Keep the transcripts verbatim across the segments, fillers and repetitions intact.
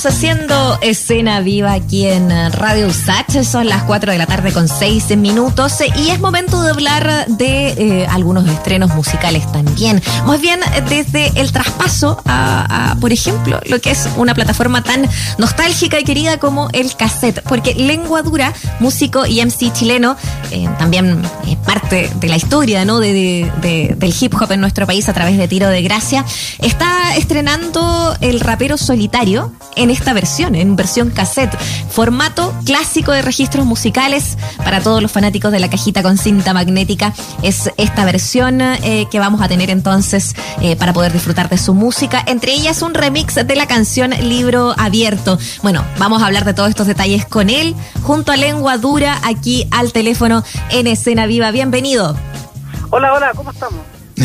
Seguimos haciendo escena viva aquí en Radio USACH. Son las cuatro de la tarde con seis minutos y es momento de hablar de eh, algunos estrenos musicales también. Más bien desde el traspaso a, a, por ejemplo, lo que es una plataforma tan nostálgica y querida como el cassette. Porque Lengua Dura, músico y M C chileno, eh, también eh, parte de la historia, ¿no? de, de, de, del hip hop en nuestro país a través de Tiro de Gracia, está estrenando El Rapero Solitario en esta versión, en versión cassette, formato clásico de registros musicales para todos los fanáticos de la cajita con cinta magnética. Es esta versión eh, que vamos a tener entonces eh, para poder disfrutar de su música, entre ellas un remix de la canción Libro Abierto. Bueno, vamos a hablar de todos estos detalles con él, junto a Lengua Dura, aquí al teléfono en Escena Viva. Bienvenido. Hola, hola, ¿cómo estamos?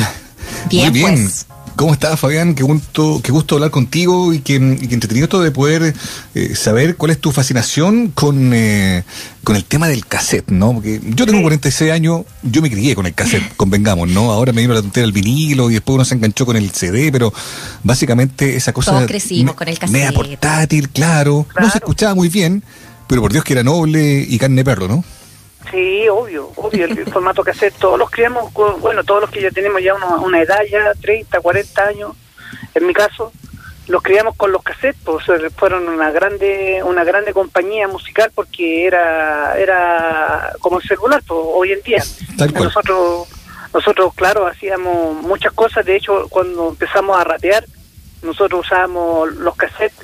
Bien, Muy bien. Pues. ¿Cómo estás, Fabián? Qué gusto, qué gusto hablar contigo y que, y que entretenido esto de poder eh, saber cuál es tu fascinación con, eh, con el tema del cassette, ¿no? Porque yo tengo cuarenta y seis años, yo me crié con el cassette, convengamos, ¿no? Ahora me vino la tontera el vinilo y después uno se enganchó con el C D, pero básicamente esa cosa... Todos crecimos me, con el cassette. Media portátil, claro, claro. No se escuchaba muy bien, pero por Dios que era noble y carne de perro, ¿no? Sí, obvio, obvio, el formato cassette, todos los criamos, con, bueno, todos los que ya tenemos ya una, una edad ya, treinta, cuarenta años, en mi caso, los criamos con los cassettes, pues fueron una grande una grande compañía musical porque era era como el celular, pues, hoy en día. Tal cual. Nosotros, nosotros, claro, hacíamos muchas cosas, de hecho, cuando empezamos a rapear, nosotros usábamos los cassettes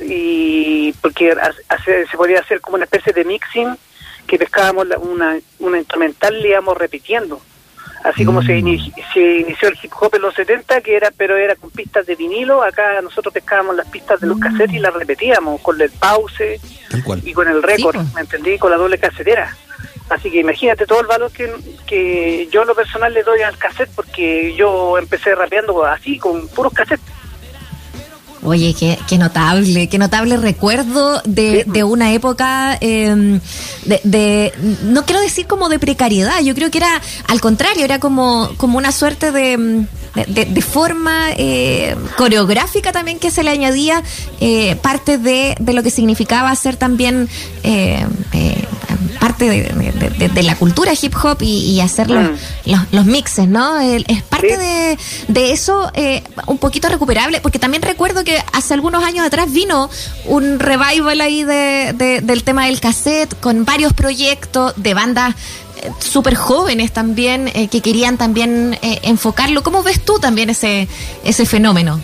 y porque hace, se podía hacer como una especie de mixing, que pescábamos una, una instrumental y íbamos repitiendo, así mm. como se, inici, se inició el hip hop en los setenta, que era pero era con pistas de vinilo. Acá nosotros pescábamos las pistas de los cassettes y las repetíamos con el pause y con el récord, sí, ¿me entendí? Con la doble casetera. Así que imagínate todo el valor que, que yo en lo personal le doy al cassette, porque yo empecé rapeando así, con puros cassettes. Oye, qué, qué notable, qué notable recuerdo de, de una época eh, de, de, no quiero decir como de precariedad, yo creo que era al contrario, era como, como una suerte de, de, de forma eh, coreográfica también que se le añadía eh, parte de, de lo que significaba ser también eh, eh, parte de, de, de, de la cultura hip hop y, y hacer los, mm. los, los mixes, ¿no? El, es parte ¿Sí? de, de eso eh, un poquito recuperable, porque también recuerdo que hace algunos años atrás vino un revival ahí de, de, del tema del cassette con varios proyectos de bandas eh, súper jóvenes también eh, que querían también eh, enfocarlo. ¿Cómo ves tú también ese, ese fenómeno?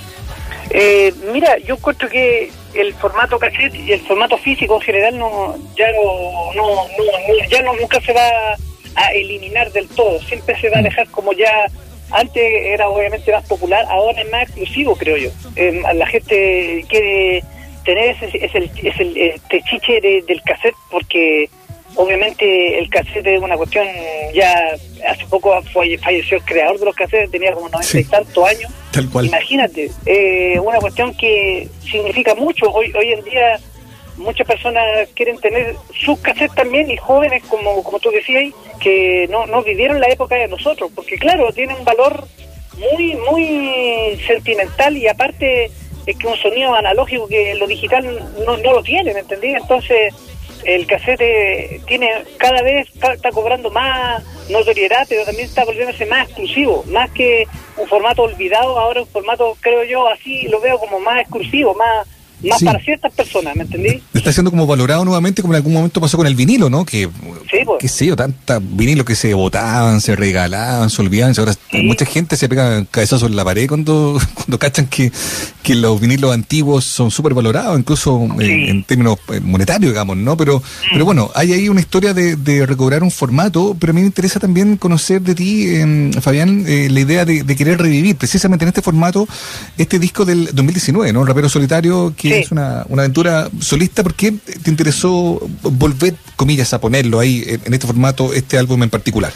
Eh, mira, yo encuentro que el formato cassette y el formato físico en general no ya no, no, no ya no nunca se va a eliminar del todo, siempre se va a dejar como ya antes era obviamente más popular, ahora es más exclusivo, creo yo. Eh, la gente quiere tener ese, ese, ese, ese este chiche de, del cassette, porque obviamente el cassette es una cuestión, ya hace poco falleció el creador de los cassettes, tenía como noventa sí. y tantos años. Tal cual. Imagínate, eh, una cuestión que significa mucho. Hoy hoy en día muchas personas quieren tener sus cassettes también, y jóvenes, como como tú decías, que no, no vivieron la época de nosotros, porque claro, tiene un valor muy, muy sentimental, y aparte es que un sonido analógico que lo digital no, no lo tiene, ¿me entendí? Entonces el cassette tiene cada vez está, está cobrando más notoriedad, pero también está volviéndose más exclusivo, más que un formato olvidado, ahora un formato, creo yo, así lo veo como más exclusivo, más más sí. para ciertas personas, ¿me entendí? Está siendo como valorado nuevamente, como en algún momento pasó con el vinilo, ¿no? Que, sí, pues. qué sé yo, tantos vinilos que se botaban, se regalaban, se olvidaban. Ahora sí. mucha gente se pega cabezazos en la pared cuando, cuando cachan que, que los vinilos antiguos son súper valorados, incluso sí. en, en términos monetarios, digamos, ¿no? Pero, mm. pero bueno, hay ahí una historia de, de recobrar un formato, pero a mí me interesa también conocer de ti, eh, Fabián, eh, la idea de, de querer revivir precisamente en este formato este disco del dos mil diecinueve, ¿no? El Rapero Solitario, que sí. es una, una aventura solista. ¿Por qué te interesó volver, comillas, a ponerlo ahí en, en este formato, este álbum en particular?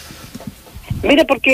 Mira, porque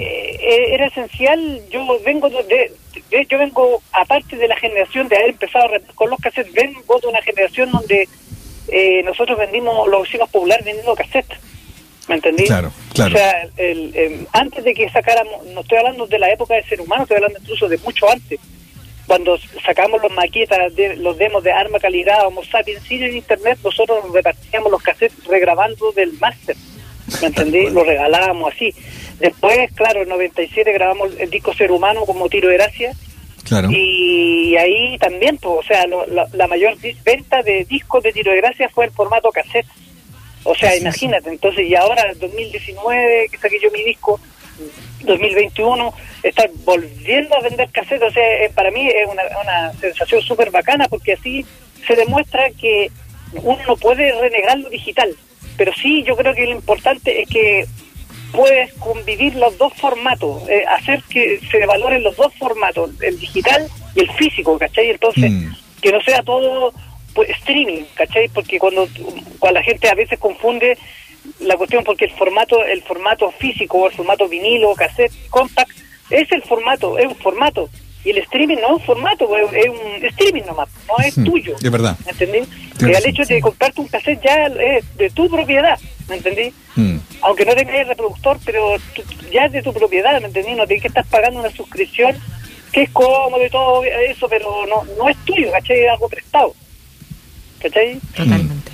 eh, era esencial. Yo vengo de, de, de yo vengo aparte de la generación de haber empezado con los cassettes, vengo de una generación donde eh, nosotros vendimos los vecinos populares vendiendo cassettes, ¿me entendí? Claro, claro. O sea, el, el, antes de que sacáramos, no estoy hablando de la época del ser humano, estoy hablando incluso de mucho antes. cuando sacamos los maquetas, de, los demos de Arma Caligrada, Homo Sapiens, sin en internet, nosotros repartíamos los cassettes regrabando del máster, ¿me entendí? Los regalábamos así. Después, claro, en noventa y siete grabamos el disco Ser Humano como Tiro de Gracia. Claro. Y ahí también, pues, o sea, lo, la, la mayor venta de discos de Tiro de Gracia fue el formato cassette. O sea, sí, imagínate, sí. Entonces, y ahora, dos mil diecinueve, que saqué yo mi disco, dos mil veintiuno, estar volviendo a vender cassette, o sea, para mí es una, una sensación súper bacana, porque así se demuestra que uno no puede renegar lo digital, pero sí, yo creo que lo importante es que puedes convivir los dos formatos, eh, hacer que se valoren los dos formatos, el digital y el físico, ¿cachai? Entonces, mm. que no sea todo pues, streaming, ¿cachai? Porque cuando, cuando la gente a veces confunde la cuestión, porque el formato el formato físico, el formato vinilo, cassette, compact, es el formato, es un formato, y el streaming no es un formato, es, es un streaming nomás, no es tuyo. Es verdad. ¿Me entendí? Y el hecho de comprarte un cassette ya es de tu propiedad, ¿me entendí? Mm. Aunque no tengas el reproductor, pero tú, ya es de tu propiedad, ¿me entendí? No tienes que estar pagando una suscripción, que es cómodo y todo eso, pero no no es tuyo, ¿cachai? Es algo prestado, ¿cachai? Totalmente.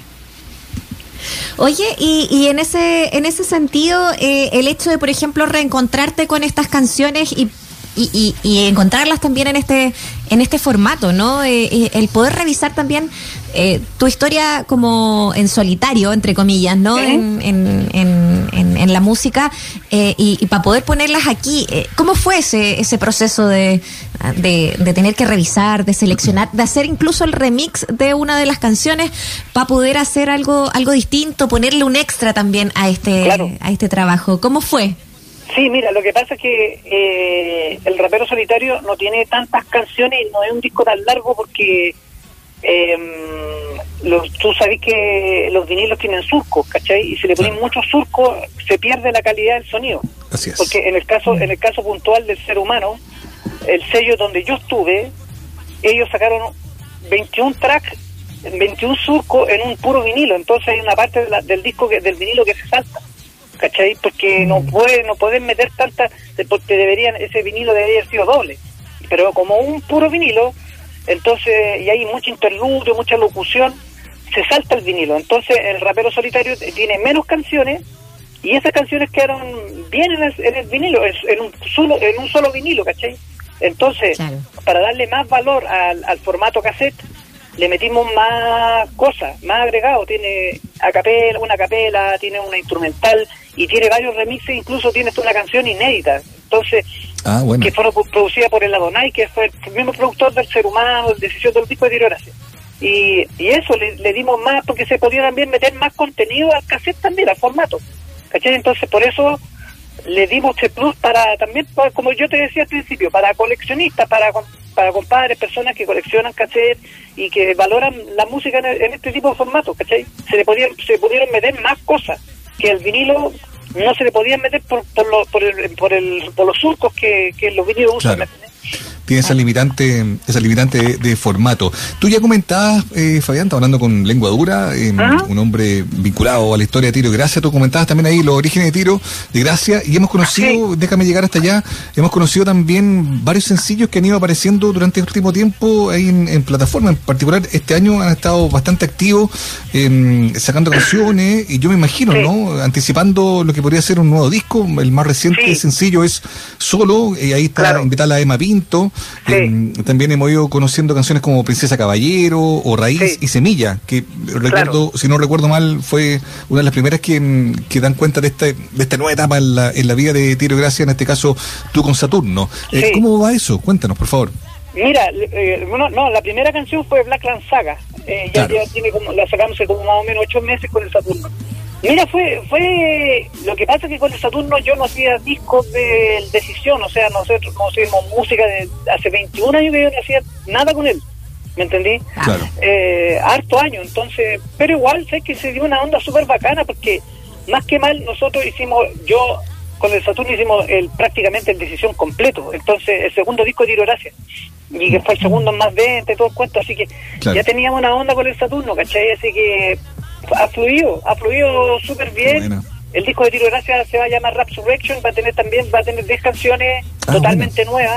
Oye, y, y en ese en ese sentido, eh, el hecho de, por ejemplo, reencontrarte con estas canciones y Y, y, y encontrarlas también en este en este formato, ¿no? Eh, el poder revisar también eh, tu historia como en solitario, entre comillas, ¿no? ¿Eh? En, en, en, en, en la música eh, y, y para poder ponerlas aquí. Eh, ¿Cómo fue ese ese proceso de, de, de tener que revisar, de seleccionar, de hacer incluso el remix de una de las canciones para poder hacer algo algo distinto, ponerle un extra también a este claro. a este trabajo? ¿Cómo fue? Sí, mira, lo que pasa es que eh, el Rapero Solitario no tiene tantas canciones y no es un disco tan largo porque eh, los, tú sabés que los vinilos tienen surcos, ¿cachai? Y si le ponen muchos surcos se pierde la calidad del sonido. Así es. Porque en el caso en el caso puntual del Ser Humano, el sello donde yo estuve, ellos sacaron veintiún tracks, veintiún surcos en un puro vinilo, entonces hay una parte de la, del disco que, del vinilo que se salta, ¿cachai? Porque no puede, no pueden meter tantas, porque deberían, ese vinilo debería haber sido doble, pero como un puro vinilo, entonces, y hay mucho interludio, mucha locución, se salta el vinilo, entonces el Rapero Solitario tiene menos canciones, y esas canciones quedaron bien en el, en el vinilo, en un solo, en un solo vinilo, ¿cachai? Entonces, claro, para darle más valor al, al formato cassette, le metimos más cosas, más agregado, tiene a capela, una capela, tiene una instrumental y tiene varios remixes, incluso tiene una canción inédita, entonces, ah, bueno, que fue producida por el Adonai, que fue el mismo productor del Ser Humano, el Decisión del disco de Tiro de Gracia. Y, y eso le, le dimos más, porque se podía también meter más contenido al cassette también, al formato, ¿cachai? Entonces por eso le dimos este plus para también, para, como yo te decía al principio, para coleccionistas, para para compadres, personas que coleccionan cassette y que valoran la música en, en este tipo de formatos, ¿cachai? Se le podían, se pudieron meter más cosas que el vinilo no se le podían meter por por, lo, por, el, por, el, por los surcos que, que los vinilos usan. Claro. Tiene esa limitante, esa limitante de, de formato. Tú ya comentabas, eh, Fabián, estaba hablando con Lengua Dura, eh, un hombre vinculado a la historia de Tiro de Gracia. Tú comentabas también ahí los orígenes de Tiro de Gracia y hemos conocido, sí, déjame llegar hasta allá, hemos conocido también varios sencillos que han ido apareciendo durante el último tiempo ahí en, en plataforma. En particular, este año han estado bastante activos eh, sacando canciones y yo me imagino, sí, ¿no? Anticipando lo que podría ser un nuevo disco. El más reciente, sí, sencillo es Solo, y ahí está, claro, invitada a Emma Pinto. Sí. Eh, también hemos ido conociendo canciones como Princesa Caballero o Raíz, sí, y Semilla, que recuerdo, claro, si no recuerdo mal, fue una de las primeras que, que dan cuenta de esta, de esta nueva etapa en la, en la vida de Tiro de Gracia, en este caso tú con Saturno. Eh, sí. ¿Cómo va eso? Cuéntanos, por favor. Mira, eh, bueno, no, la primera canción fue Blackland Saga, eh, ya, claro, ya tiene como, la sacamos hace como más o menos ocho meses con el Saturno. Mira, fue fue lo que pasa es que con el Saturno yo no hacía discos de Decisión, o sea, nosotros no hacíamos música de hace veintiún años que yo no hacía nada con él, ¿me entendí? Claro. Eh, harto años, entonces, pero igual sé que se dio una onda súper bacana porque más que mal nosotros hicimos, yo con el Saturno hicimos el prácticamente el Decisión completo, entonces el segundo disco de Tiro de Gracia, y que fue el segundo más venta y todo el cuento, así que claro, ya teníamos una onda con el Saturno, ¿cachai? Así que ha fluido, ha fluido súper bien. Bueno. El disco de Tiro de Gracia se va a llamar Rapsurrection, va a tener también, va a tener diez canciones ah, totalmente bueno, nuevas,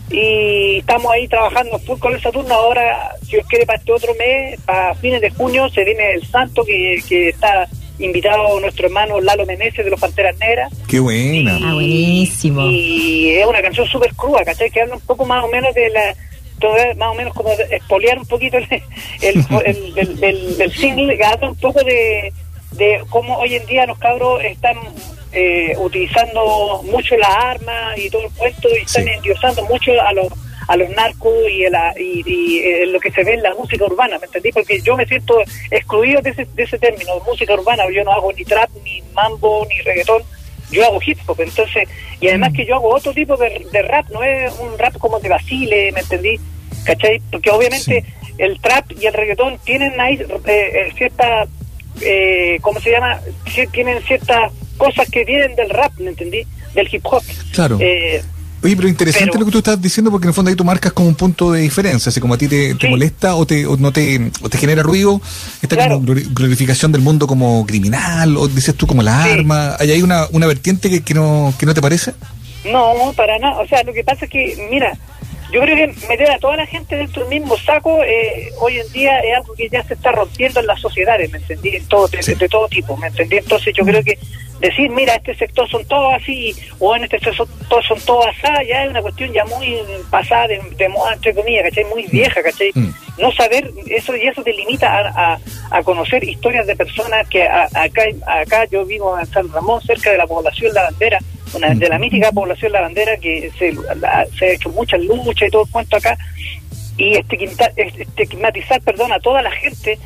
y estamos ahí trabajando full con el Saturno. Ahora, si Dios quiere, para este otro mes, para fines de junio, se viene el Santo, que, que está invitado nuestro hermano Lalo Meneses de los Panteras Negras. ¡Qué buena! Y, ah, buenísimo. Y es una canción súper cruda, ¿cachai? Que habla un poco más o menos de la... Todo, más o menos como de expoliar un poquito el, el, el, el, el, el single, que habla un poco de, de cómo hoy en día los cabros están eh, utilizando mucho las armas y todo el cuento, y están sí. endiosando mucho a los a los narcos y, la, y, y eh, lo que se ve en la música urbana, ¿me entendí? Porque yo me siento excluido de ese, de ese término, música urbana. Yo no hago ni trap, ni mambo, ni reggaetón, yo hago hip hop. Entonces, y además que yo hago otro tipo de, de rap, no es un rap como de Basile, ¿me entendí? ¿Cachai? Porque obviamente sí. el trap y el reggaetón tienen ahí eh, cierta, eh, ¿cómo se llama? Sí, tienen ciertas cosas que vienen del rap, ¿me entendí? Del hip hop. Claro. Eh, Oye, pero interesante pero, lo que tú estás diciendo, porque en el fondo ahí tú marcas como un punto de diferencia, así como a ti te, sí. te molesta o te o no te o te genera ruido esta claro. como glorificación del mundo como criminal, o dices tú como la sí. arma. ¿Hay ahí una, una vertiente que, que no que no te parece? No, para nada. O sea, lo que pasa es que, mira, yo creo que meter a toda la gente dentro del mismo saco eh, hoy en día es algo que ya se está rompiendo en las sociedades, ¿me entendí? En todo, de, sí. de todo tipo, ¿me entendí? Entonces yo creo que decir, mira, este sector son todos así, o en este sector son todos así, ya es una cuestión ya muy pasada de, de moda, entre comillas, ¿cachai? Muy vieja, ¿cachai? Mm. No saber eso, y eso te limita a, a, a conocer historias de personas que a, acá, acá yo vivo en San Ramón, cerca de la población La Bandera, una, de la mítica población La Bandera, que se, la, se ha hecho muchas luchas y todo el cuento acá, y estigmatizar, perdón, a toda la gente,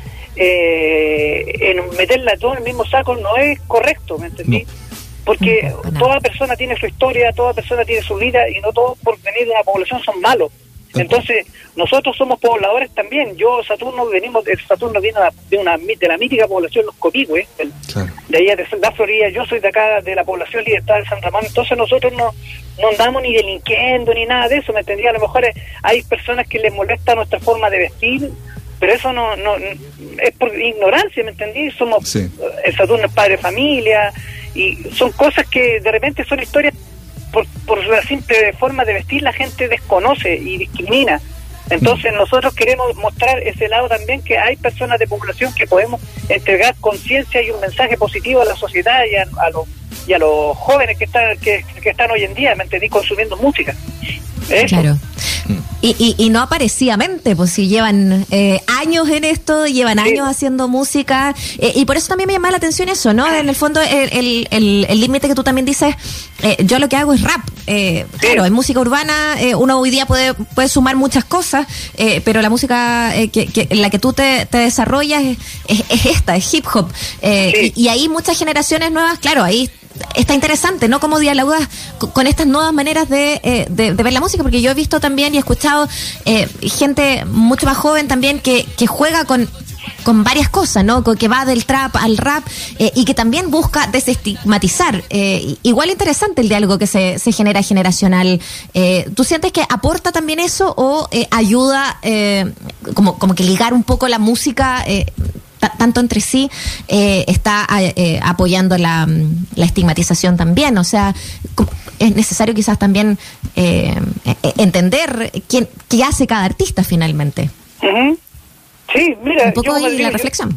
eh, en meterla todo en el mismo saco no es correcto, ¿me entendí? No. Porque no, toda persona tiene su historia, toda persona tiene su vida, y no todos por venir de una población son malos. Entonces, nosotros somos pobladores también. Yo, Saturno, venimos, el Saturno viene de una de la mítica población Los Copigües, el, claro. de allá de la Florida. Yo soy de acá, de la población Libertad de San Ramón. Entonces nosotros no, no andamos ni delinquiendo ni nada de eso, ¿me entendí? A lo mejor hay personas que les molesta nuestra forma de vestir, pero eso no, no es por ignorancia, ¿me entendí? Somos, sí. el Saturno es padre de familia, y son cosas que de repente son historias. Por, por la simple forma de vestir la gente desconoce y discrimina. Entonces nosotros queremos mostrar ese lado también, que hay personas de población que podemos entregar conciencia y un mensaje positivo a la sociedad y a, a los y a los jóvenes que están que, que están hoy en día, ¿me entendí? Consumiendo música. Eso. Claro. Y, y, y no aparecidamente, pues si llevan eh, años en esto, llevan sí. años haciendo música, eh, y por eso también me llama la atención eso, ¿no? En el fondo, el el el límite que tú también dices, eh, yo lo que hago es rap. Eh, sí. Claro, en música urbana eh, uno hoy día puede puede sumar muchas cosas, eh, pero la música eh, que, que en la que tú te, te desarrollas es, es, es esta, es hip hop. Eh, sí. y, y ahí muchas generaciones nuevas, claro, ahí está interesante, ¿no? Cómo dialogas con estas nuevas maneras de, eh, de, de ver la música, porque yo he visto también y he escuchado eh, gente mucho más joven también que, que juega con con varias cosas, ¿no? Que va del trap al rap, eh, y que también busca desestigmatizar. Eh, igual interesante el diálogo que se, se genera generacional. Eh, ¿Tú sientes que aporta también eso o eh, ayuda eh, como, como que ligar un poco la música eh, t- tanto entre sí, eh, está eh, apoyando la, la estigmatización también? O sea, es necesario quizás también eh, entender quién, qué hace cada artista finalmente. Uh-huh. Sí, mira, un poco yo, ahí la reflexión.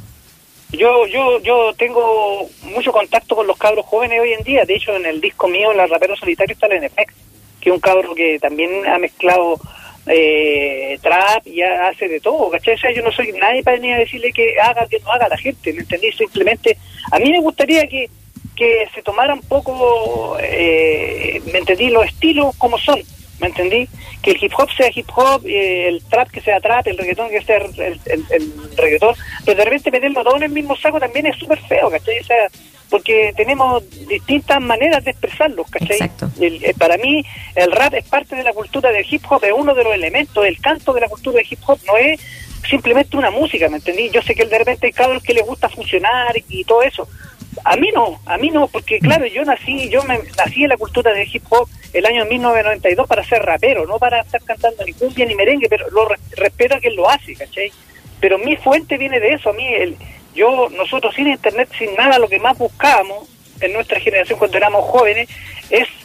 Yo, yo, yo tengo mucho contacto con los cabros jóvenes hoy en día. De hecho, en el disco mío, La Rapero Solitario, está el N F X, que es un cabro que también ha mezclado eh, trap y hace de todo, ¿cachai? O sea, yo no soy nadie para venir a decirle que haga, que no haga la gente, ¿me entendí? Simplemente, a mí me gustaría que, que se tomara un poco, eh, ¿me entendí? Los estilos como son, ¿me entendí? Que el hip hop sea hip hop, eh, el trap que sea trap, el reggaetón que sea el, el, el, el reggaetón, pero de repente meterlo todo en el mismo saco también es súper feo, ¿cachai? O sea, porque tenemos distintas maneras de expresarlos, ¿cachai? Exacto. El, el, para mí, el rap es parte de la cultura del hip hop, es uno de los elementos, el canto de la cultura del hip hop, no es simplemente una música, ¿me entendí? Yo sé que de repente hay cabros que les gusta funcionar y, y todo eso. A mí no, a mí no, porque claro, yo nací, yo me nací en la cultura del hip hop el año mil novecientos noventa y dos para ser rapero, no para estar cantando ni cumbia ni merengue, pero lo re- respeto a quien lo hace, ¿cachai? Pero mi fuente viene de eso, a mí, el, yo, nosotros sin internet, sin nada, lo que más buscábamos en nuestra generación cuando éramos jóvenes es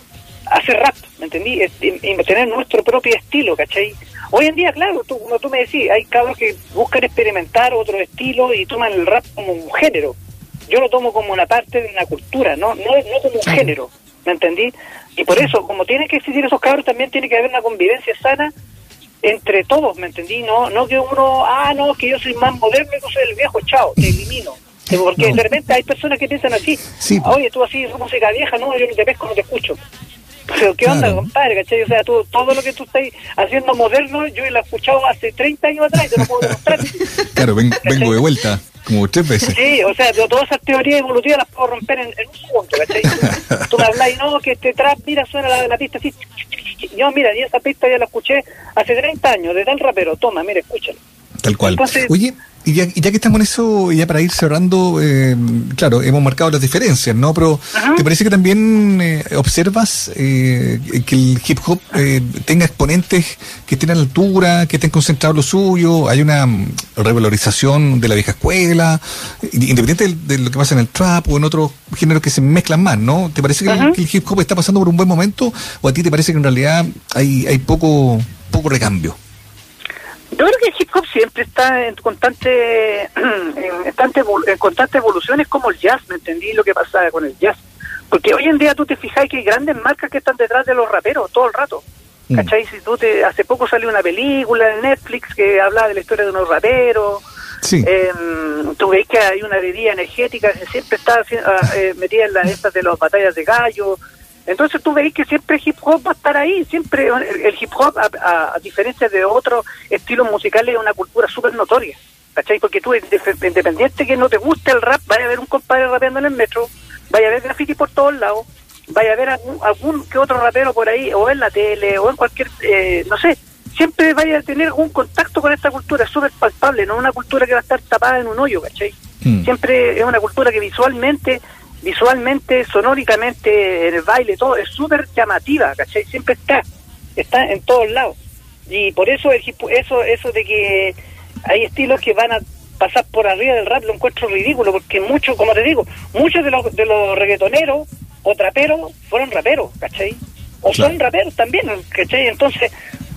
hacer rap, ¿me entendí? Y, y tener nuestro propio estilo, ¿cachai? Hoy en día, claro, tú, como tú me decís, hay cabros que buscan experimentar otro estilo y toman el rap como un género. Yo lo tomo como una parte de una cultura, no no, no como un género, ¿me entendí? Y por eso, como tienen que existir esos cabros, también tiene que haber una convivencia sana entre todos, ¿me entendí? No no que uno, ah, no, que yo soy más moderno y yo soy el viejo, chao, te elimino. Porque no. De repente hay personas que piensan así, sí. Oye, tú así, es música vieja, no, yo no te pesco, no te escucho. Pero ¿qué onda, claro. compadre? ¿Cachai? O sea, tú, todo lo que tú estás haciendo moderno, yo lo he escuchado hace treinta años atrás y te lo puedo demostrar. Claro, ven, vengo de vuelta, como tres veces. Sí, o sea, todas esas teorías evolutivas las puedo romper en, en un segundo, ¿cachai? Tú me hablas y no, que este trap, mira, suena la, la pista así. Yo, mira, y esa pista ya la escuché hace treinta años, de tal rapero, toma, mira, escúchalo. Tal cual. Entonces, oye, y ya, y ya que estamos en eso, ya para ir cerrando, eh, claro, hemos marcado las diferencias, ¿no? Pero uh-huh. ¿te parece que también eh, observas eh, que el hip hop eh, tenga exponentes que estén a la altura, que estén concentrados en lo suyo? Hay una revalorización de la vieja escuela, independiente de, de lo que pasa en el trap o en otros géneros que se mezclan más, ¿no? ¿Te parece que, uh-huh. el, que el hip hop está pasando por un buen momento o a ti te parece que en realidad hay, hay poco, poco recambio? Yo creo que el hip hop siempre está en constante, en constante, en constante evolución, es como el jazz, ¿me entendí? Lo que pasa con el jazz. Porque hoy en día tú te fijas que hay grandes marcas que están detrás de los raperos todo el rato. Mm. ¿Cachai? Si tú te, hace poco salió una película en Netflix que hablaba de la historia de unos raperos. Sí. Eh, tú veis que hay una bebida energética que siempre está eh, metida en las estas de las batallas de gallo. Entonces tú veis que siempre el hip hop va a estar ahí, siempre el, el hip hop, a, a, a diferencia de otros estilos musicales, es una cultura súper notoria, ¿cachai? Porque tú, independiente que no te guste el rap, vaya a ver un compadre rapeando en el metro, vaya a ver graffiti por todos lados, vaya a ver algún, algún que otro rapero por ahí, o en la tele, o en cualquier, eh, no sé, siempre vaya a tener un contacto con esta cultura, es súper palpable, no es una cultura que va a estar tapada en un hoyo, ¿cachai? Mm. Siempre es una cultura que visualmente... visualmente, sonóricamente, en el baile, todo, es súper llamativa, ¿cachai? Siempre está, está en todos lados. Y por eso el, eso eso de que hay estilos que van a pasar por arriba del rap lo encuentro ridículo, porque muchos, como te digo, muchos de los de los reggaetoneros o traperos fueron raperos, ¿cachai? O claro. son raperos también, ¿cachai? Entonces,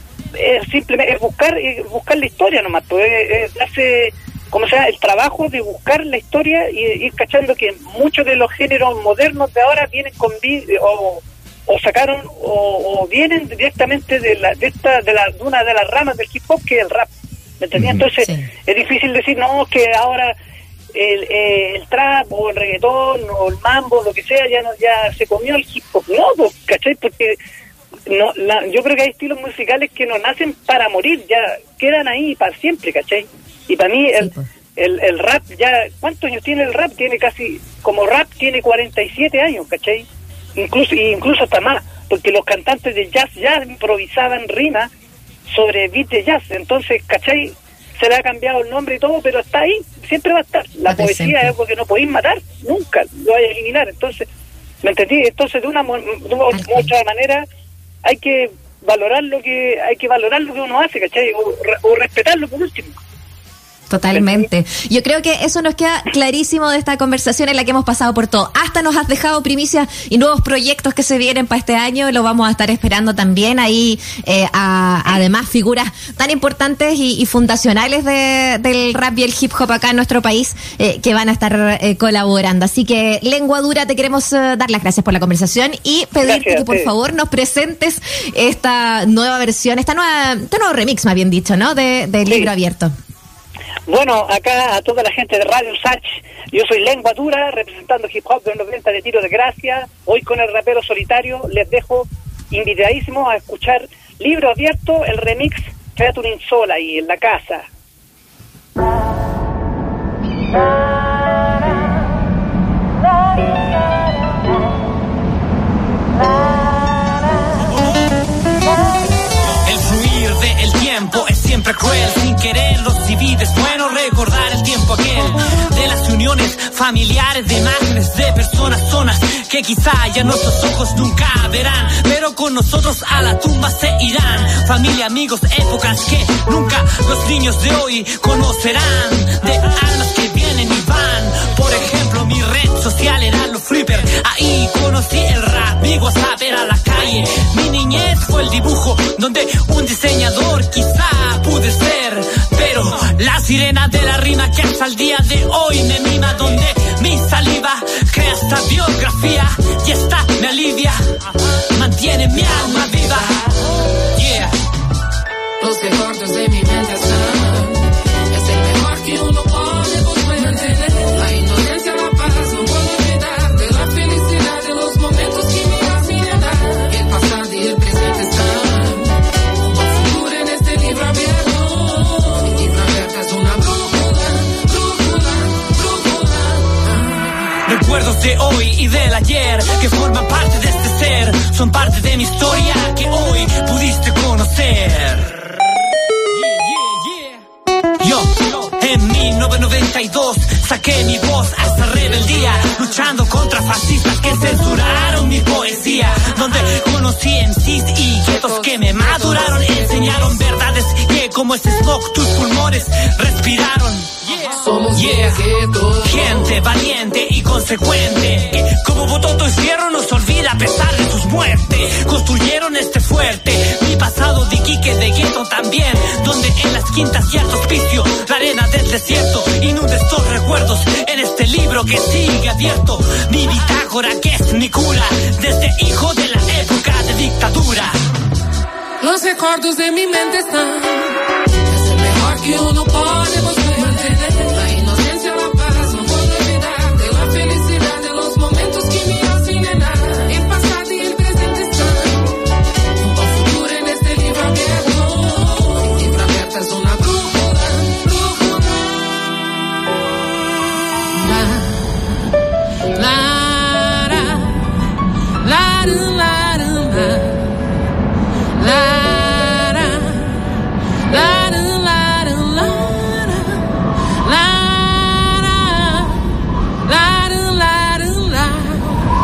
es simplemente es buscar, es buscar la historia nomás, pues, es, es hace... como sea, el trabajo de buscar la historia y ir cachando que muchos de los géneros modernos de ahora vienen con o, o sacaron o, o vienen directamente de la de esta de, la, de una de las ramas del hip hop, que es el rap, ¿me entendías? Entonces sí. Es difícil decir no, que ahora el, eh, el trap o el reggaetón o el mambo, lo que sea, ya no ya se comió el hip hop, no, pues, ¿cachai? Porque no, la, yo creo que hay estilos musicales que no nacen para morir, ya quedan ahí para siempre, ¿cachai? Y para mí el, sí, pues. el, el rap ya, ¿cuántos años tiene el rap? Tiene casi, como rap tiene cuarenta y siete años, ¿cachai? Incluso, incluso hasta más, porque los cantantes de jazz ya improvisaban rimas sobre beat de jazz, entonces, ¿cachai? Se le ha cambiado el nombre y todo, pero está ahí, siempre va a estar. La poesía siempre. Es algo que no podéis matar, nunca, lo vais a eliminar, entonces, ¿me entendí? Entonces, de una, de una u otra manera, hay que valorar lo que, hay que valorar lo que uno hace, ¿cachai? O, o respetarlo por último. Totalmente. Yo creo que eso nos queda clarísimo de esta conversación en la que hemos pasado por todo. Hasta nos has dejado primicias y nuevos proyectos que se vienen para este año. Lo vamos a estar esperando también. Ahí, eh, a, además, figuras tan importantes y, y fundacionales de, del rap y el hip hop acá en nuestro país, eh, que van a estar eh, colaborando. Así que, Lengua Dura, te queremos eh, dar las gracias por la conversación y pedirte gracias, que por sí. favor nos presentes esta nueva versión, esta nueva, este nuevo remix, más bien dicho, ¿no? De, de sí. Libro Abierto. Bueno, acá a toda la gente de Radio Sach, yo soy Lengua Dura, representando hip hop de los noventa de Tiro de Gracia. Hoy con el rapero Solitario les dejo invitadísimos a escuchar Libro Abierto, el remix Featuring Sola ahí en la casa. El fluir del tiempo es siempre cruel, sin quererlo, si vives bueno recordar el tiempo aquel de las uniones familiares, de imágenes de personas, zonas que quizá ya nuestros ojos nunca verán, pero con nosotros a la tumba se irán. Familia, amigos, épocas que nunca los niños de hoy conocerán, de almas que vienen y van. Por ejemplo, mi red social era los flipper, Ahí conocí el rap, mi WhatsApp era la calle. Mi niñez fue el dibujo donde un diseñador quizá pude ser. Pero la sirena de la rima que hasta el día de hoy me mima, donde mi saliva crea esta biografía y esta me alivia, mantiene mi alma viva. Yeah. Los recuerdos de mi mente están, es el mejor que uno puede buscar mantener. La inocencia, la paz, no puedo olvidar de la felicidad de los momentos que me hacen andar. El pasado y el presente están, como futuro en este libro abierto. El libro abierto es una brújula, brújula, brújula. Recuerdos de hoy y del ayer que forman parte de este ser, son parte de mi historia que hoy pudiste conocer. Yo, en mil novecientos noventa y dos saqué mi voz a esta rebeldía, luchando contra fascistas que censuraron mi poesía, donde conocí M Cs y guetos que me maduraron, enseñaron verdades que como ese smog tus pulmones respiraron. Somos Yeah. guetos, Gente valiente y consecuente, que como Bototo y Fierro nos olvida a pesar de sus muertes. Construyeron este fuerte, mi pasado de Quique de gueto también, donde en las quintas y alto hospicio, la arena del desierto inunda estos recuerdos en este libro que sigue abierto. Mi bitácora que es mi cura, desde hijo de la época de dictadura. los recuerdos de mi mente están, es el mejor que uno puede